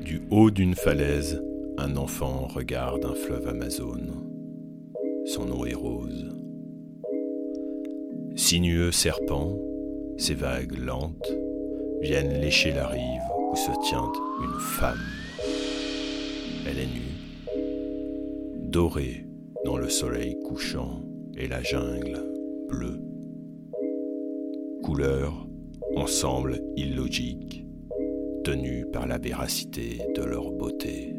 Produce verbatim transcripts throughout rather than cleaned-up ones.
Du haut d'une falaise, un enfant regarde un fleuve Amazone. Son eau est rose. Sinueux serpent, ses vagues lentes viennent lécher la rive où se tient une femme. Elle est nue, dorée dans le soleil couchant et la jungle bleue. Couleurs, ensemble illogique, tenus par la véracité de leur beauté.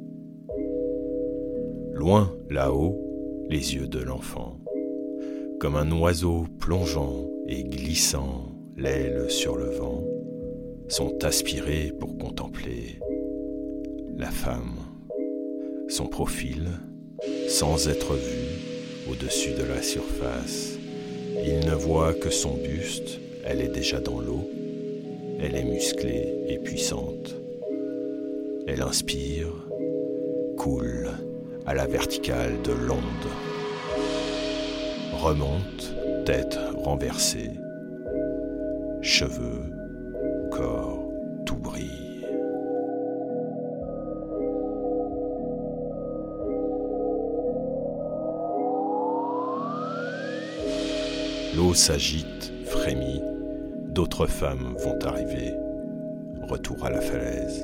Loin, là-haut, les yeux de l'enfant, comme un oiseau plongeant et glissant l'aile sur le vent, sont aspirés pour contempler la femme. Son profil, sans être vu au-dessus de la surface, il ne voit que son buste, elle est déjà dans l'eau, elle est musclée et puissante. Elle inspire, coule à la verticale de l'onde, remonte, tête renversée, cheveux, corps, tout brille. L'eau s'agite, frémit, d'autres femmes vont arriver. Retour à la falaise.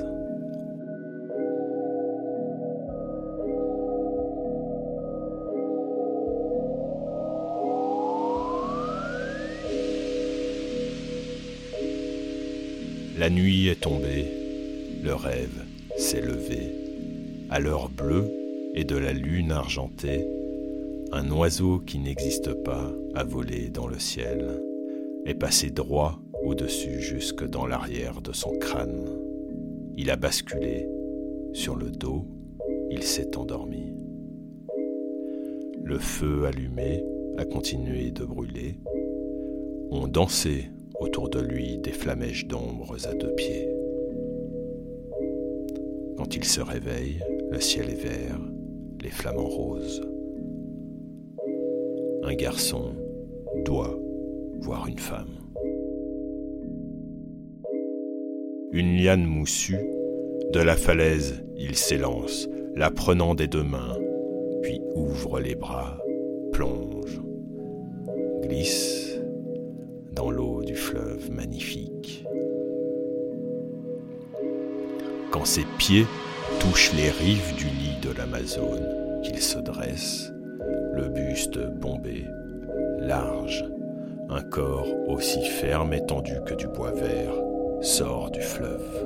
La nuit est tombée, le rêve s'est levé. À l'heure bleue et de la lune argentée, un oiseau qui n'existe pas a volé dans le ciel, est passé droit au-dessus jusque dans l'arrière de son crâne. Il a basculé, sur le dos, il s'est endormi. Le feu allumé a continué de brûler. On dansait autour de lui des flamèches d'ombres à deux pieds. Quand il se réveille, le ciel est vert, les flammes en rose. Un garçon doit voir une femme. Une liane moussue, de la falaise, il s'élance, la prenant des deux mains, puis ouvre les bras, plonge, glisse dans l'eau du fleuve magnifique. Quand ses pieds touchent les rives du lit de l'Amazone, qu'il se dresse, le buste bombé, large, un corps aussi ferme et tendu que du bois vert sort du fleuve.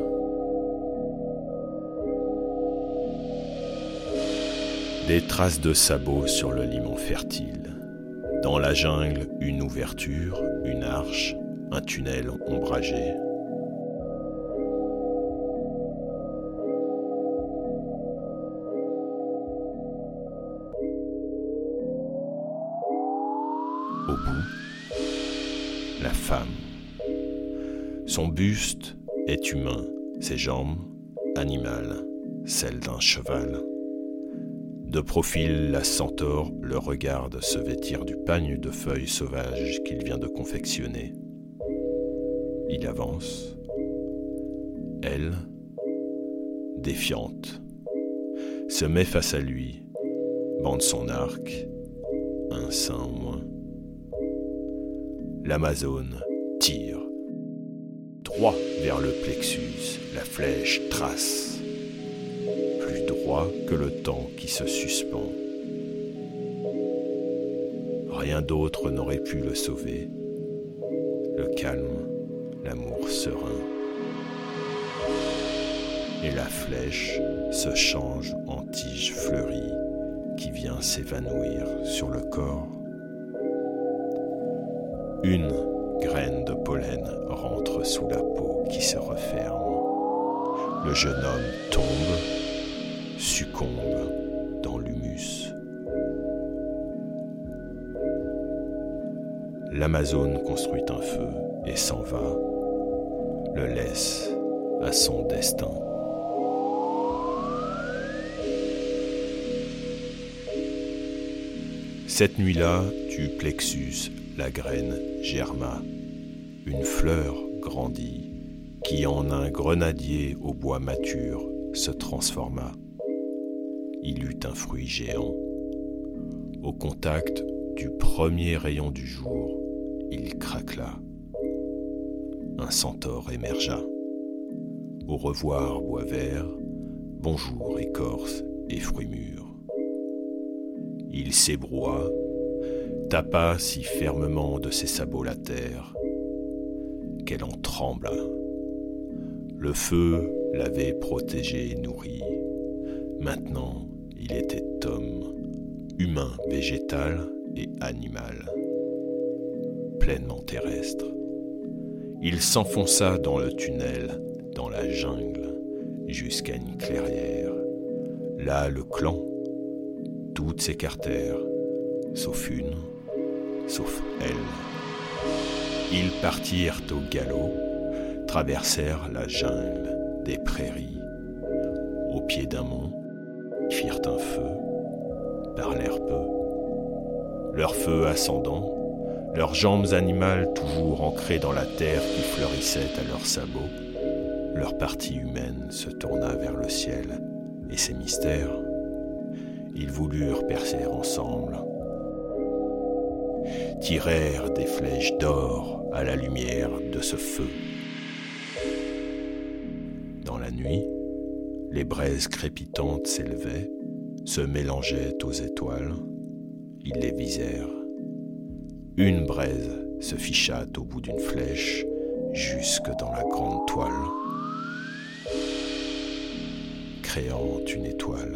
Des traces de sabots sur le limon fertile. Dans la jungle, une ouverture, une arche, un tunnel ombragé. Au bout, la femme. Son buste est humain, ses jambes, animales, celles d'un cheval. De profil, la centaure le regarde se vêtir du pagne de feuilles sauvages qu'il vient de confectionner. Il avance. Elle, défiante, se met face à lui, bande son arc, un sein en moins. L'Amazone tire. Droit vers le plexus, la flèche trace. Plus droit que le temps qui se suspend. Rien d'autre n'aurait pu le sauver. Le calme, l'amour serein. Et la flèche se change en tige fleurie qui vient s'évanouir sur le corps. Une graine de pollen rentre sous la peau qui se referme. Le jeune homme tombe, succombe dans l'humus. L'Amazone construit un feu et s'en va, le laisse à son destin. Cette nuit-là, du plexus, la graine germa. Une fleur grandit, qui en un grenadier au bois mature se transforma. Il eut un fruit géant. Au contact du premier rayon du jour, il craquela. Un centaure émergea. Au revoir, bois vert, bonjour, écorce et fruits mûrs. Il s'ébroua, tapa si fermement de ses sabots la terre qu'elle en trembla. Le feu l'avait protégé et nourri. Maintenant, il était homme, humain, végétal et animal, pleinement terrestre. Il s'enfonça dans le tunnel, dans la jungle, jusqu'à une clairière. Là, le clan, toutes s'écartèrent, sauf une, sauf elle. Ils partirent au galop, traversèrent la jungle, des prairies. Au pied d'un mont, firent un feu, parlèrent peu. Leur feu ascendant, leurs jambes animales toujours ancrées dans la terre qui fleurissait à leurs sabots, leur partie humaine se tourna vers le ciel et ses mystères. Ils voulurent percer ensemble, tirèrent des flèches d'or à la lumière de ce feu. Dans la nuit, les braises crépitantes s'élevaient, se mélangeaient aux étoiles. Ils les visèrent. Une braise se ficha au bout d'une flèche jusque dans la grande toile, créant une étoile.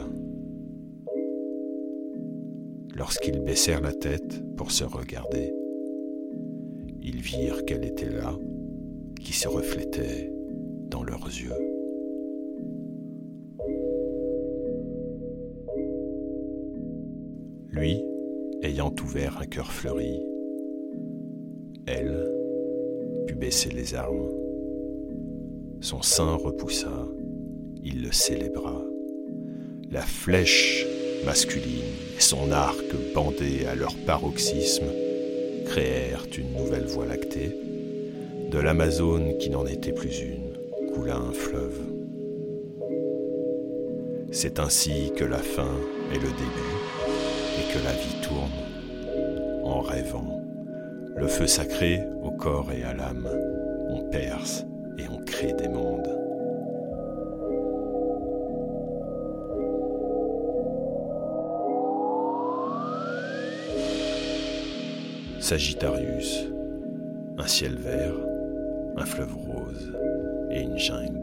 Lorsqu'ils baissèrent la tête pour se regarder, ils virent qu'elle était là, qui se reflétait dans leurs yeux. Lui, ayant ouvert un cœur fleuri, elle put baisser les armes. Son sein repoussa, il le célébra. La flèche masculine et son arc bandé à leur paroxysme créèrent une nouvelle voie lactée. De l'Amazone qui n'en était plus une, coula un fleuve. C'est ainsi que la fin est le début et que la vie tourne en rêvant. Le feu sacré au corps et à l'âme, on perce et on crée des mondes. Sagittarius, un ciel vert, un fleuve rose et une jungle.